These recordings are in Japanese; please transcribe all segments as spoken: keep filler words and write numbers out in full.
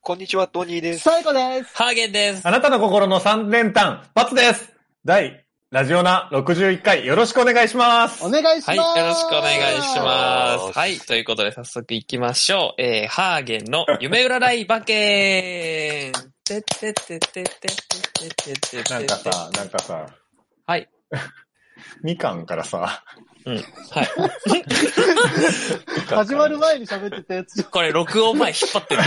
こんにちは、トニーです。 最後です。 ハーゲンです。 あなたの心の三連単、パツです。第、ラジオナろくじゅういっかい、よろしくお願いします。 お願いします。 はい、よろしくお願いします。はい、ということで早速行きましょう。えー、ハーゲンの夢占い馬券てってってってってってってってなんかさ、なんかさ、 はい。 みかんからさ、 うん。はい。 始まる前に喋ってたやつ。 これ録音前引っ張ってる。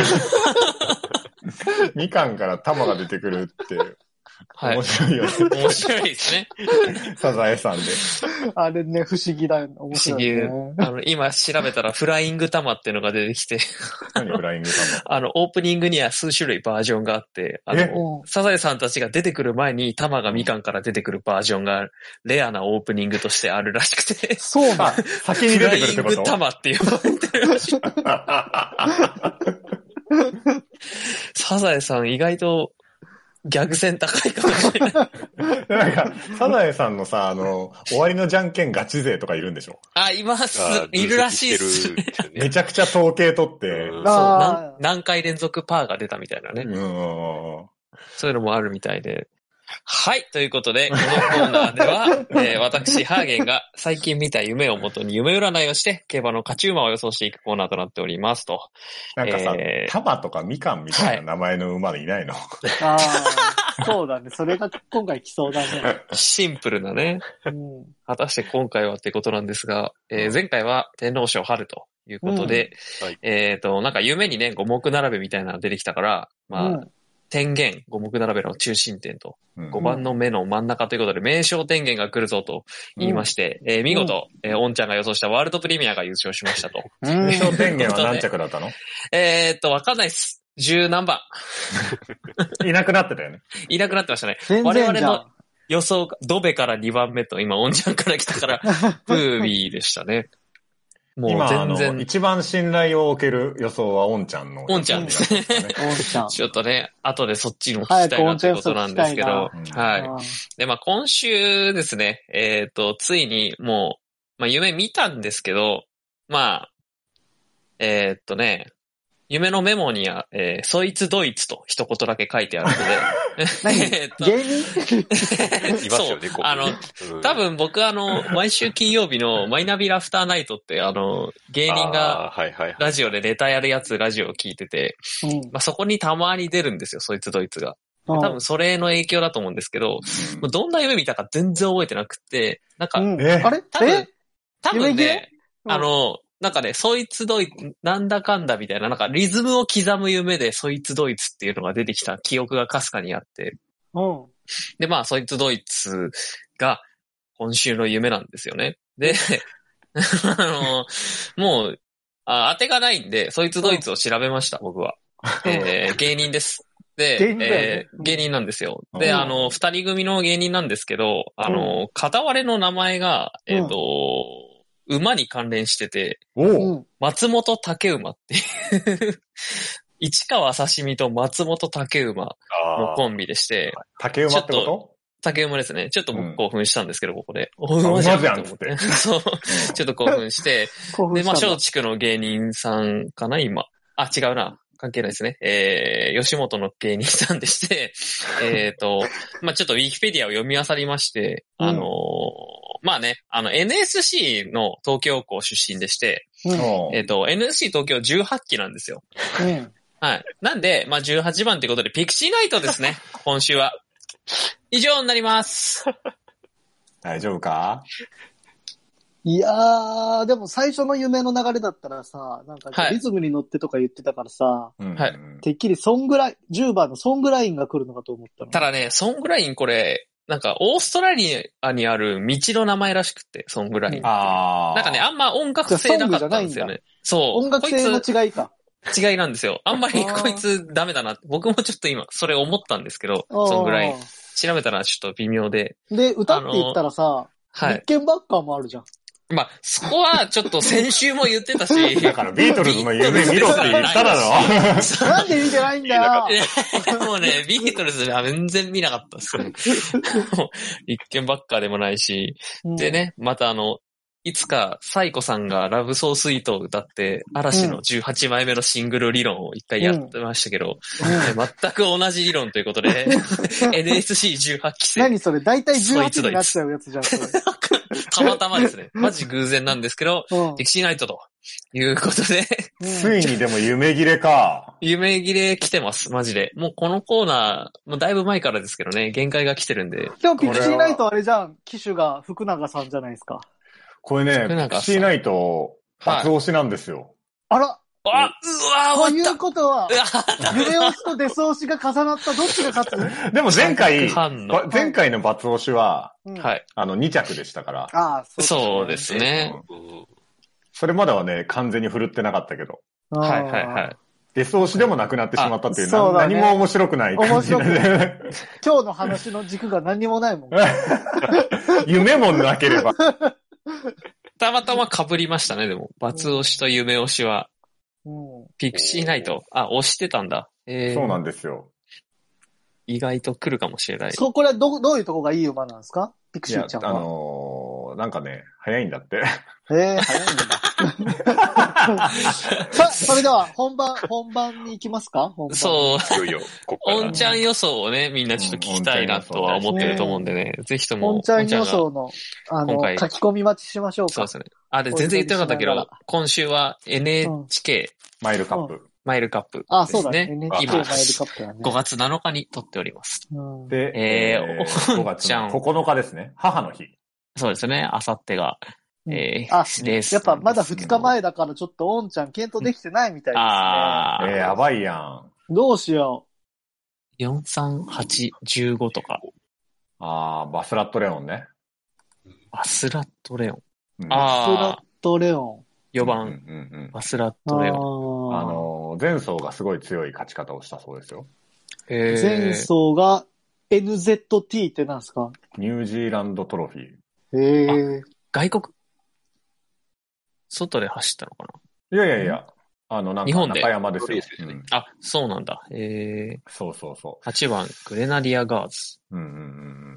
みかんから玉が出てくるって、 はい、 面白いよね。 面白いですね。 サザエさんで。 あれね、不思議だよね。面白い、ね。 不思議。あの、今調べたらフライング玉っていうのが出てきて。 何フライング玉？ あの、オープニングには数種類バージョンがあって、あの、サザエさんたちが出てくる前に玉がみかんから出てくるバージョンがレアなオープニングとしてあるらしくて。 そうだ。 先に出てくるってこと？ フライング玉って呼ばれてるらしい。サザエさん意外とギャグ線高いかもしれない。 なんか、サザエさんのさ、あの、終わりのじゃんけんガチ勢とかいるんでしょ？ あ、います。いるらしいっす、ね。 めちゃくちゃ統計取って、 そう何、何回連続パーが出たみたいなね。 うん、 そういうのもあるみたいで。はい。ということで、このコーナーでは、えー、私、ハーゲンが最近見た夢をもとに夢占いをして、競馬の勝ち馬を予想していくコーナーとなっておりますと。 なんかさ、 えー、 タマとかみかんみたいな名前の馬いないの？はい、 ああ、そうだね。それが今回来そうだね。 シンプルなね。うん、果たして今回はってことなんですが、えー、前回は天皇賞春ということで、うんはい、えっと、なんか夢にね、五目並べみたいなのが出てきたから、まあ、うん天元、五目並べの中心点と、ごばんの目の真ん中ということで、名称天元が来るぞと言いまして、うんえー、見事、うん、えー、おんちゃんが予想したワールドプレミアが優勝しましたと。 名称天元は何着だったの？ えーっと、わかんないっす。十何番。 いなくなってたよね。 いなくなってましたね。我々の予想、ドベからにばんめと、今、おんちゃんから来たから、プービーでしたね。 もう全然。今、一番信頼を受ける予想はオンちゃんの。 オンちゃんですね。 オンちゃん。 ちょっとね、後でそっちにも聞きたいなということなんですけど。はい。で、まあ今週ですね、えっと、ついにもう、まあ夢見たんですけど、まあ、えー、っとね、夢のメモには、えー、そいつドイツと一言だけ書いてあるので。 何えっと芸人いますよね、 そう。あの、多分僕あの、毎週金曜日のマイナビラフターナイトって、あの、芸人がラジオでネタやるやつラジオを聞いてて、まあ、そこにたまに出るんですよ、そいつドイツが。多分それの影響だと思うんですけど、うん、どんな夢見たか全然覚えてなくて、なんか、 うん、あれ多分、多分ね、あの、なんかね、そいつドイツ、なんだかんだみたいな、なんかリズムを刻む夢でそいつドイツっていうのが出てきた記憶がかすかにあって。 うん、 で、まあ、そいつドイツが今週の夢なんですよね。で、あの、もうあ、当てがないんで、そいつドイツを調べました、僕は。えー、芸人です。で、芸人だよね、えー、芸人なんですよ。で、あの、二人組の芸人なんですけど、あの、片割れの名前が、えっと、うん、馬に関連してて、松本竹馬っていう、市川刺身と松本竹馬のコンビでして、 竹馬ってこと？ 竹馬ですね。ちょっと僕興奮したんですけど、ここで。 お、馬じゃんと思って。 そう。ちょっと興奮して、で、まあ、松竹の芸人さんかな、今。あ、違うな。関係ないですね。えー、吉本の芸人さんでして、えっと、まあ、ちょっとウィキペディアを読み漁りまして、あのー、うん、まあね、あの エヌエスシー の東京校出身でして、うん、えっと、エヌエスシー 東京じゅうはちきなんですよ。うん、はい。なんで、まあ、じゅうはちばんということで、ピクシーナイトですね、今週は。以上になります。 大丈夫か？ いやー、でも最初の夢の流れだったらさ、なんかリズムに乗ってとか言ってたからさ、はい、てっきりソングライン、じゅうばんのソングラインが来るのかと思ったの。 ただね、ソングラインこれ、なんかオーストラリアにある道の名前らしくて、ソングラインって。あなんかね、あんま音楽性なかったんですよね。そう。 音楽性の違いか。 違いなんですよ。あんまりこいつダメだな。僕もちょっと今、それ思ったんですけど、ソングライン。調べたらちょっと微妙で。 で、歌って言ったらさ、はい。リッケンバッカーもあるじゃん。 まあ、そこはちょっと先週も言ってたし。 だからビートルズの夢見ろって言っただろ。 なんで見てないんだよ。 もうね、ビートルズは全然見なかったですね。リッケンバッカーでもないし。うん、でね、またあの、 いつかサイコさんがラブソースイートを歌って、嵐のじゅうはちまいめのシングル理論を一回やってましたけど、うんうん、全く同じ理論ということで、エヌエスシーじゅうはち 期生。 何それ大体じゅうはちになっちゃうやつじゃん、それ。 たまたまですね。マジ偶然なんですけど、うん、ピクシーナイトということで。 ついにでも夢切れか。 夢切れ来てます、マジで。もうこのコーナー、もうだいぶ前からですけどね、限界が来てるんで。 でもピクシーナイトあれじゃん、機種が福永さんじゃないですか。 これね、ピクシーナイト、初押しなんですよ。 はい、あらあ、うわー、 ということは、夢押しとデス押しが重なったどっちが勝つ？ でも前回、前回の罰押しは、 はい、 あのに着でしたから。 ああ、そうですね。 それまではね、完全に振るってなかったけど。 はいはいはい。 デス押しでもなくなってしまったっていう、ね、何も面白くない感じで、ね。面白くない。 今日の話の軸が何もないもん。 夢もなければ。 たまたま被りましたね、でも。罰押しと夢押しは。うん、ピクシーナイト。あ、押してたんだ。 えー、そうなんですよ。 意外と来るかもしれない。 そう、これはど、どういうとこがいい馬なんですか？ピクシーちゃんは。 あのー、なんかね、早いんだって。 へえー、早いんだ。さあ、それでは本番、本番に行きますか？本番。 そう。いよいよオンちゃん予想をね、みんなちょっと聞きたいなとは思ってると思うんでね。ぜひとも。 オンちゃん予想の、あの、書き込み待ちしましょうか。 そうですね。あ、で、全然言ってなかったけど、今週は エヌエイチケー、 うん、マイルカップ。 マイルカップ、ね。 あ、そうだね。エヌエイチケー マイルカップだね。 ごがつなのかに撮っております。 うん、 で、えー、ごがつここのかですね。母の日。 そうですね。あさってが、えー、 あ、レース。やっぱまだふつかまえだからちょっとオンちゃん検討できてないみたいですね。 あー。えー、やばいやん。 どうしよう。よんさんはちいちごとか。 あー、バスラットレオンね。 バスラットレオン。 うん、バスラットレオン。 よばん、うんうんうん、バスラットレオン。 あの、前走がすごい強い勝ち方をしたそうですよ。 へ前走が エヌゼットティー ってなんですか？ ニュージーランドトロフィー。へえ。 外国外で走ったのかな？いやいやいや、あの、なんか中山ですよ。 うん、あ、そうなんだ。へえ。 そうそうそう。 はちばん、グレナディアガーズ。 うんうんうん。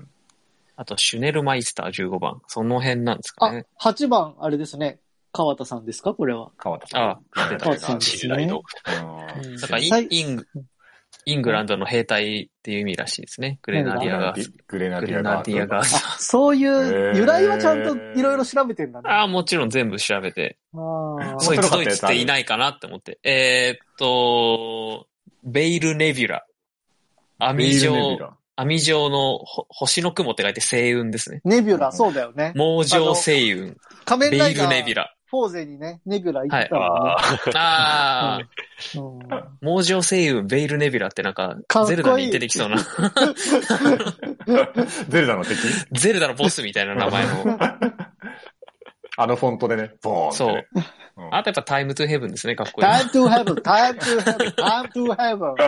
あと、シュネルマイスターじゅうごばん。その辺なんですかね。 あ、はちばん、あれですね。川田さんですかこれは。 川田さん。 あ、 川田さんですね。 だからイン、イン、イングランドの兵隊っていう意味らしいですね。グレナディアガーズ。 グレナディアガーズ。 そういう由来はちゃんといろいろ調べてんだね。 ああ、もちろん全部調べて。そいつドイツっていないかなって思って。えー、っと、ベイルネビュラ。網状、網状の星の雲って書いて星雲ですね。 ネビュラ、そうだよね。 網状星雲。 仮面ライダー。 ベイルネビュラ。 フォーゼにね、ネビュラ行ってたもんね。 はい、ああ、うん。網状星雲、ベイルネビュラってなんか、ゼルダに出てきそうな。 ゼルダの敵？ ゼルダのボスみたいな名前の。 あのフォントでね、ボーンって、ね。 そう。うん、あとやっぱタイムトゥヘブンですね、かっこいい。 タイムトゥヘブン、タイムトゥヘブン、タイムトゥヘブン。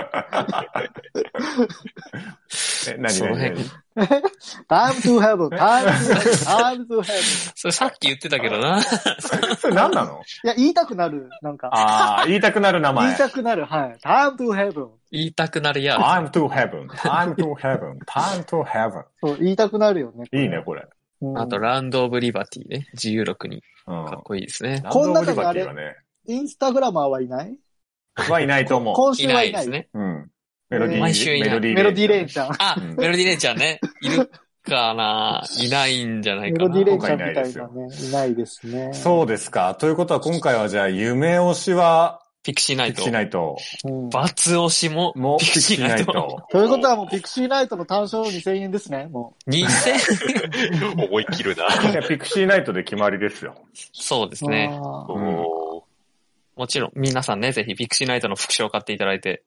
え、何何何タイムトゥヘブン、タイムトゥヘブン、タイムトゥヘブン。 それさっき言ってたけどな。 それ何なの？ いや、言いたくなる、なんか。 ああ、言いたくなる名前。 言いたくなる、はい。タイムトゥヘブン。 言いたくなるやつ。 タイムトゥヘブン、タイムトゥヘブン、タイムトゥヘブン。 そう、言いたくなるよね。 いいね、これ。 うん、あと、ランド・オブ・リバティね。自由の国。かっこいいですね。 こんなのあれ、インスタグラマーはいない？ はいないと思う。 今週はいない。 いないですね。 うん。メロディー、 毎週いない。 メロディーレイちゃん。 あ、メロディーレイちゃんね。いるかないないんじゃないかな。 メロディーレイちゃんみたいなね。いないですね。 そうですか。ということは今回はじゃあ、夢推しは、 ピクシーナイト。 ピクシーナイト。 バツ推しも、 もうピクシーナイト。 ということはもうピクシーナイトの単勝にせんえんですね、もう。にせんえん思い切るな。 ピクシーナイトで決まりですよ。 そうですね。おもちろん、皆さんね、ぜひピクシーナイトの副賞を買っていただいて。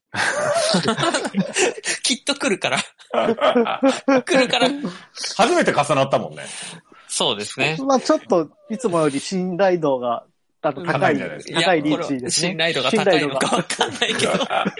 きっと来るから。来るから。 初めて重なったもんね。 そうですね。 まあちょっと、いつもより信頼度が、あの高い、高いリーチですね。 信頼度が高いのかわかんないけど。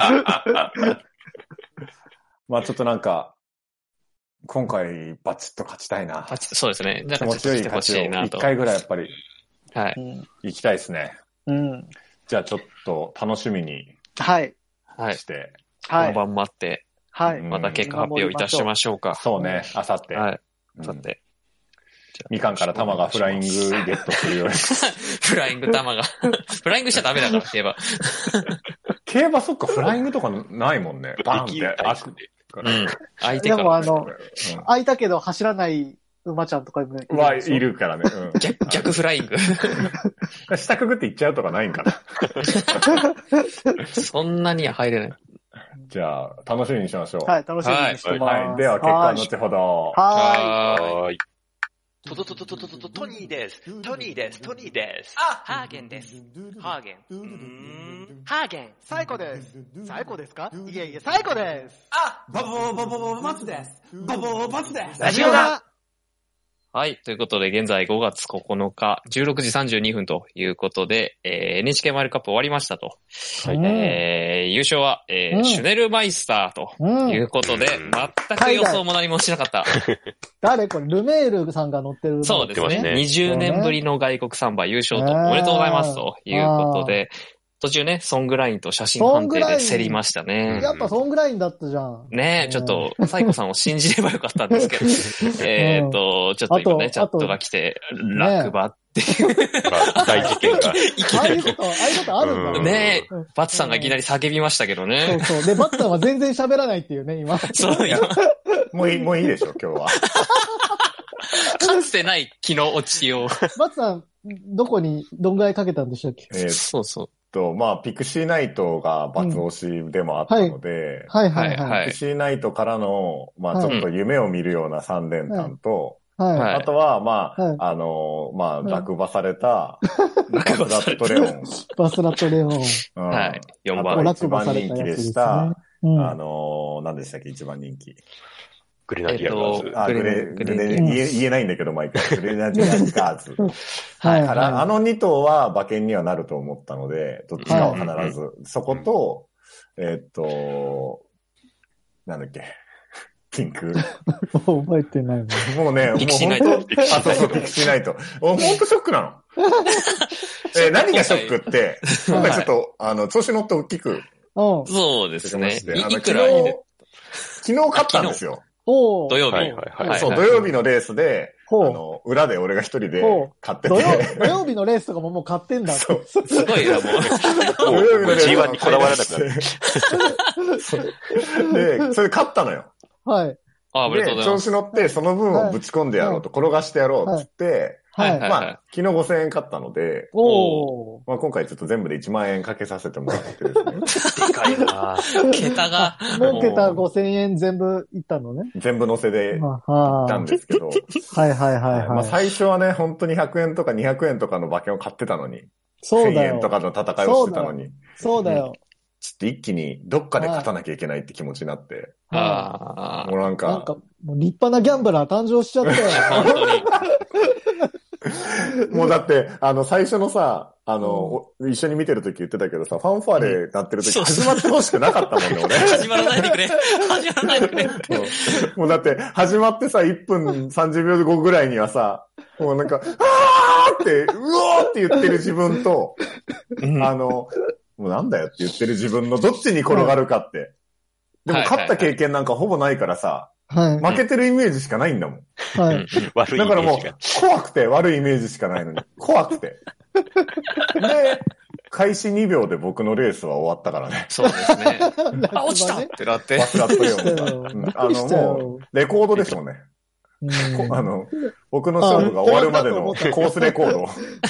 まあちょっとなんか、今回バチッと勝ちたいな。 そうですね。 気持ちよい勝ちを一回ぐらいやっぱり、 はい。 行きたいですね。 うん。 じゃあちょっと楽しみにはい。 して、 はい。本番待って、 はい。 また結果発表いたしましょうか。 そうね、あさって。 はい。あさって。 。 みかんから玉がフライングゲットするように。 フライング玉が。フライングしちゃダメだから、競馬。 競馬そっか、フライングとかないもんね。バーンって開く。 うん。相手から。 でもあの、開いたけど走らない馬ちゃんとかもいる。はいるからね。 うん、逆、逆フライング。 下くぐっていっちゃうとかないんかな。 そんなには入れない。 じゃあ、楽しみにしましょう。 はい、楽しみにしてます。 はい。はい、では、結果は後ほど。 はーい。はーい。 トトトトトトトトトニーです。トニーです。トニーです。あ、ハーゲンです。ハーゲン。うーん。ハーゲン。 サイコです。サイコですか？いえいえ、サイコです。 あ、バボーバボーバツです。バボーバツです。 ラジオだ。 はい。ということで、現在ごがつここのか、じゅうろくじさんじゅうにふんということで、えー、エヌエイチケー マイルカップ終わりましたと。はい、えー、優勝は、えーうん、シュネルマイスターということで、うん、全く予想も何もしなかった。 誰これ、ルメールさんが乗ってる。 そうですね。ねにじゅうねんぶりの外国サンバ優勝と、おめでとうございますということで、途中ね、ソングラインと写真判定で競りましたね。 やっぱソングラインだったじゃん。 ねえ、ちょっと、サイコさんを信じればよかったんですけど。えっと、ちょっと今ね、チャットが来て、落馬っていう。 大事件が。 いきなり。ああいうこと、ああいうことあるんだねえ、バツさんがいきなり叫びましたけどね。 そうそう。で、バツさんは全然喋らないっていうね、今。 そうよ。 もういい、もういいでしょ、今日は。 かつてない気の落ちを。 バツさん、どこにどんぐらいかけたんでしたっけ？ えー、そうそう。 と、まあ、ピクシーナイトがバツ押しでもあったので、 はい、はいはいはい。 ピクシーナイトからの、まあ、ちょっと夢を見るようなさん連単と、 はいはい、あとは、まあ、はい、あの、まあ、落馬された、バスラットレオン。 バスラットレオン。 うん、 はい。よんばん。 あと一番人気でした、うん、あの、何でしたっけ、一番人気。 グレナディアガーズ。 あ、グレ、グレ、言え、言えないんだけど、毎回。グレナディアガーズ。はい。あのに頭は馬券にはなると思ったので、どっちかは必ず。そこと、えっと、なんだっけ。ピンク。 もう覚えてないもん。 もうね、もう本当、あ、そうそう、ピクシーナイト。ほんとショックなの。え、何がショックって、今回ちょっと、あの、調子乗って大きく。 そうですね。 いくら昨日勝ったんですよ。 お土曜日。 はいはいはい。 そう、土曜日のレースで、あの、裏で俺が一人で買ってて。 土曜日のレースとかももう買ってんだ。 そう。 すごいな、もう。 土曜日のレース。 ジーワン にこだわらなくなる。 で、それ勝ったのよ。 はい。 あ、おめでとうございます。 調子乗って、その分をぶち込んでやろうと、転がしてやろうっつって、 はい。 まあ、昨日ごせんえん買ったので、 おまあ今回ちょっと全部でいちまんえんかけさせてもらってですね。 でかいな桁が。 儲けたごせんえん全部いったのね。 全部乗せで行ったんですけど。 はいはいはいはい。 まあ最初はね、本当にひゃくえんとかにひゃくえんとかの馬券を買ってたのに。 そうだよ。 せんえんとかの戦いをしてたのに。 そうだよ。 ちょっと一気にどっかで勝たなきゃいけないって気持ちになって。 ああ。 もうなんか。 なんか、もう立派なギャンブラー誕生しちゃったよ。 本当に。 もうだって、あの、最初のさ、あの、うん、一緒に見てるとき言ってたけどさ、ファンファーレ鳴ってるとき始まってほしくなかったもんね、俺。 始まらないでくれ。始まらないでくれ。 もうだって、始まってさ、いっぷんさんじゅうびょうごぐらいにはさ、もうなんか、あーって、うおーって言ってる自分と、うん、あの、もうなんだよって言ってる自分のどっちに転がるかって。でも勝った経験なんかほぼないからさ、はい、負けてるイメージしかないんだもん。 はい。 悪いイメージが。 だからもう、怖くて悪いイメージしかないのに。怖くて。で、開始にびょうで僕のレースは終わったからね。 そうですね。あ、落ちたってなって。 バスラットレオンが。あの、もう、レコードでしょうね。あの、僕の勝負が終わるまでのコースレコード。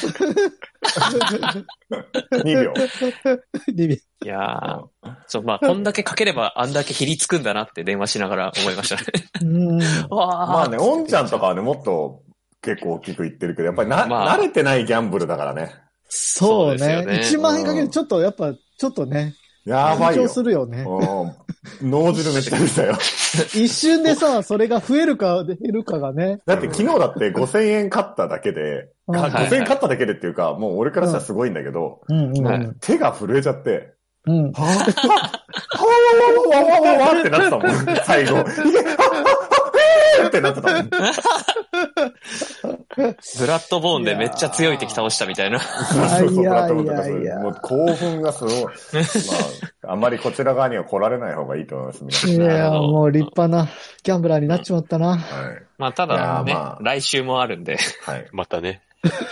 にびょう。 にびょう。 いやー、そう、まあ、こんだけかければあんだけひりつくんだなって電話しながら思いましたね。 うんまあね、おんちゃんとかはね、もっと結構大きく言ってるけど、やっぱりな、まあ、慣れてないギャンブルだからね。 そうね。ねいちまんえんかけるちょっと、やっぱ、ちょっとね。 やばいよ。 緊張するよね。 脳汁めっちゃ出たよ。 一瞬でさ、それが増えるか減るかがね。 だって昨日だってごせんえん勝っただけで、ごせんえん勝っただけでっていうか、もう俺からしたらすごいんだけど、 うんうんうん、 手が震えちゃって、 うん、 はぁ、はぁ、わわわわわわわってなってたもん、最後。いけ、はぁ、はぁ、はぁ、ってなってたもん。 ブラッドボーンでめっちゃ強い敵倒したみたいな。 そうそうそう、ブラッドボーンとかそういう。もう興奮がすごい。まあ、あんまりこちら側には来られない方がいいと思います、皆さん。 いや、もう立派なギャンブラーになっちまったな。はい。 まあ、ただね、まあ、来週もあるんで。 はい。またね。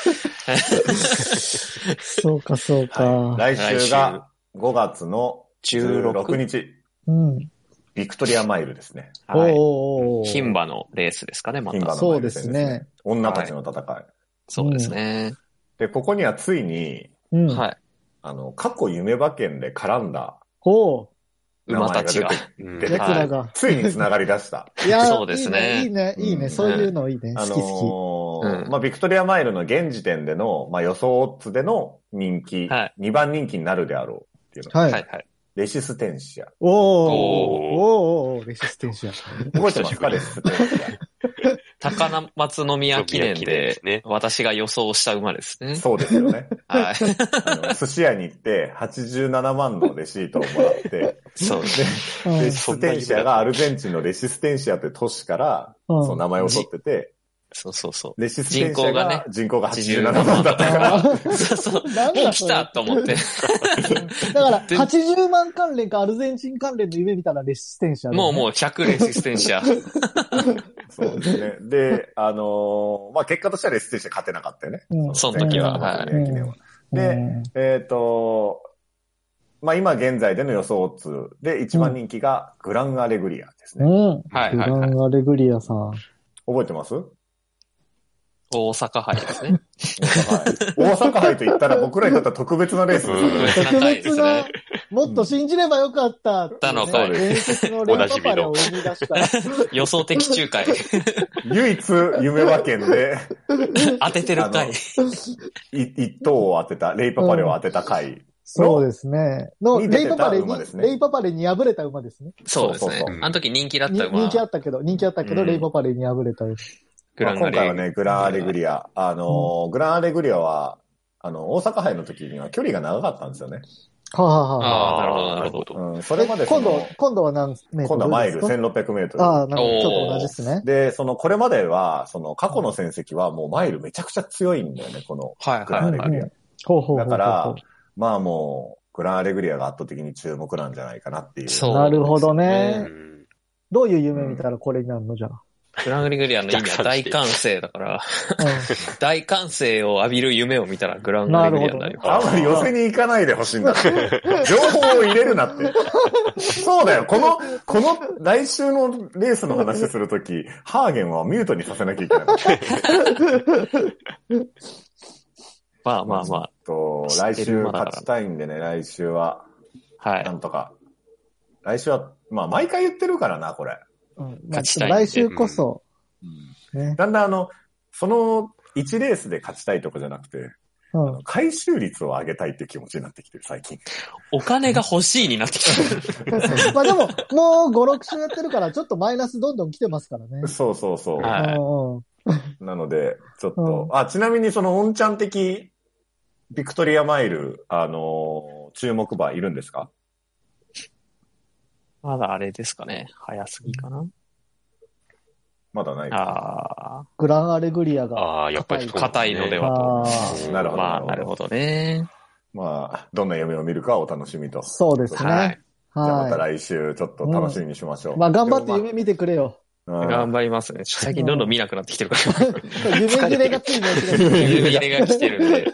そうか、そうか、 はい。来週がごがつのじゅうろくにち。うん。ビクトリアマイルですね。 はい。牝馬のレースですかね、また。 牝馬のマイルですね。そうですね。女たちの戦い。はい、 そうですね。 で、ここにはついに、 うん、はい。 あの、過去夢馬券で絡んだ、 ほう。 馬たちが。 出てきた。ついに繋がり出した。 いや、そうですね。 いいね、いいね、そういうのいいね。好き好き。まあ、ビクトリアマイルの現時点での、まあ、予想オッズでの人気、にばん人気になるであろうっていうの。 はい。 はいはい。 レシステンシア。 おーおーおーレシステンシア。 覚えてますかレシステンシア。高松宮記念で、私が予想した馬ですね。 そうですよね。 はい。 あの、寿司屋に行って、はちじゅうななまんのレシートをもらって、 そうですね。レシステンシアがアルゼンチンのレシステンシアという都市から、その名前を取ってて、 そうそうそう。 レシステンシアが人口がはちじゅうななまんだったから。 そうそう。もう来たと思って。 だから、はちじゅうまん関連かアルゼンチン関連の夢見たらレシステンシア、ね。 もうもうひゃくレシステンシア。 そうですね。で、あのー、まあ、結果としてはレシステンシア勝てなかったよね。 うん、その時は。はい。 で、えっ、ー、と、まあ、今現在での予想オッズで一番人気がグランアレグリアですね。 うん。はいはい、はい。グランアレグリアさん。 覚えてます？ 大阪杯ですね。 大阪杯と言ったら僕らにとっては特別なレースですね。 特別な、もっと信じればよかった。 たのか。 伝説のレンパパレを生み出した。 予想的中回。 唯一夢馬券で当ててる回。 一等を当てた、レイパパレを当てた回。 そうですね。のレイパパレに、レイパパレに敗れた馬ですね。 そうですね。あの時人気だった馬。 人気あったけど、人気あったけど、レイパパレに敗れた。 まあ、今回はね、グランアレグリア。あのーうん、グランアレグリアは、あの、大阪杯の時には距離が長かったんですよね。 はあ、はあはあ、ああ、なるほど、なるほど。 うん、それまで今度、今度は何メートルですか？ 今度はマイルせんろっぴゃくメートル。 ああ、なるほど。ちょっと同じですね。 で、その、これまでは、その、過去の戦績はもうマイルめちゃくちゃ強いんだよね、この、グランアレグリア。 ほうほう。 だから、まあもう、グランアレグリアが圧倒的に注目なんじゃないかなっていう。 そう。なるほどね。どういう夢見たらこれになるのじゃあ。 グランアレグリアの意味は大歓声だから、うん、大歓声を浴びる夢を見たらグランアレグリアになります。 あんまり寄せに行かないでほしいんだって。情報を入れるなって。そうだよ。この、この来週のレースの話するとき、ハーゲンはミュートにさせなきゃいけない。 まあまあまあ。 と来週勝ちたいんでね、来週は。 はい。 なんとか。来週は、まあ毎回言ってるからな、これ。 うん、勝ちたい。来週こそ、 うんね。だんだんあの、そのいちレースで勝ちたいとかじゃなくて、うん、回収率を上げたいっていう気持ちになってきてる、最近。 お金が欲しいになってきてる。 まあでも、もうご、ろく週やってるから、ちょっとマイナスどんどん来てますからね。 そうそうそう。 はい、 なので、ちょっと、うん、あ、ちなみにそのオンチャン的ビクトリアマイル、あのー、注目馬いるんですか？ まだあれですかね。早すぎかな。 まだない。 ああ。 グランアレグリアが。 ああ、やっぱり硬いのではと。なるほど。 まあ、なるほどね。 まあ、どんな夢を見るかお楽しみと。 そうですね。はい。 じゃあまた来週ちょっと楽しみにしましょう。うん、 まあ頑張って夢見てくれよ。 まあ、頑張りますね。最近どんどん見なくなってきてるから。 夢切れがついてる。夢切れが来てるんで。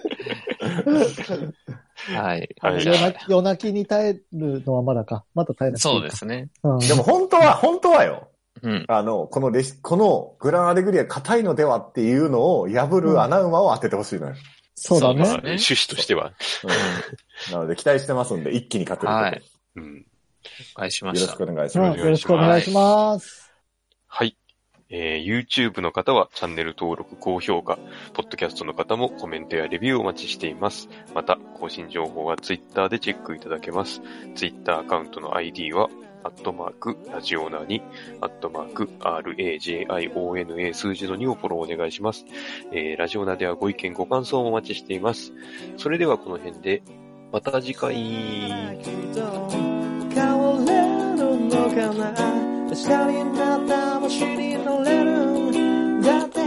はい。 はい、夜泣き、夜泣きに耐えるのはまだか。まだ耐えなくていいか。 そうですね。 うん、 でも本当は、本当はよ。 うん、 あの、このレシ、このグランアレグリア硬いのではっていうのを破る穴馬を当ててほしいのよ。うん、 そうだね。 そうだね。趣旨としては。 うん。なので期待してますんで、一気に勝てること。 はい。うん。お願いしました。 よろしくお願いします。 よろしくお願いします。 はい。えー、YouTube の方はチャンネル登録、高評価、Podcast の方もコメントやレビューをお待ちしています。また、更新情報は Twitter でチェックいただけます。Twitter アカウントの アイディー は、アットマーク、ラジオナに、アットマーク、アールエージェーアイオーエヌエー 数字のにをフォローお願いします。えー、ラジオナではご意見ご感想をお待ちしています。それではこの辺で、また次回。明日になった星に乗れるだって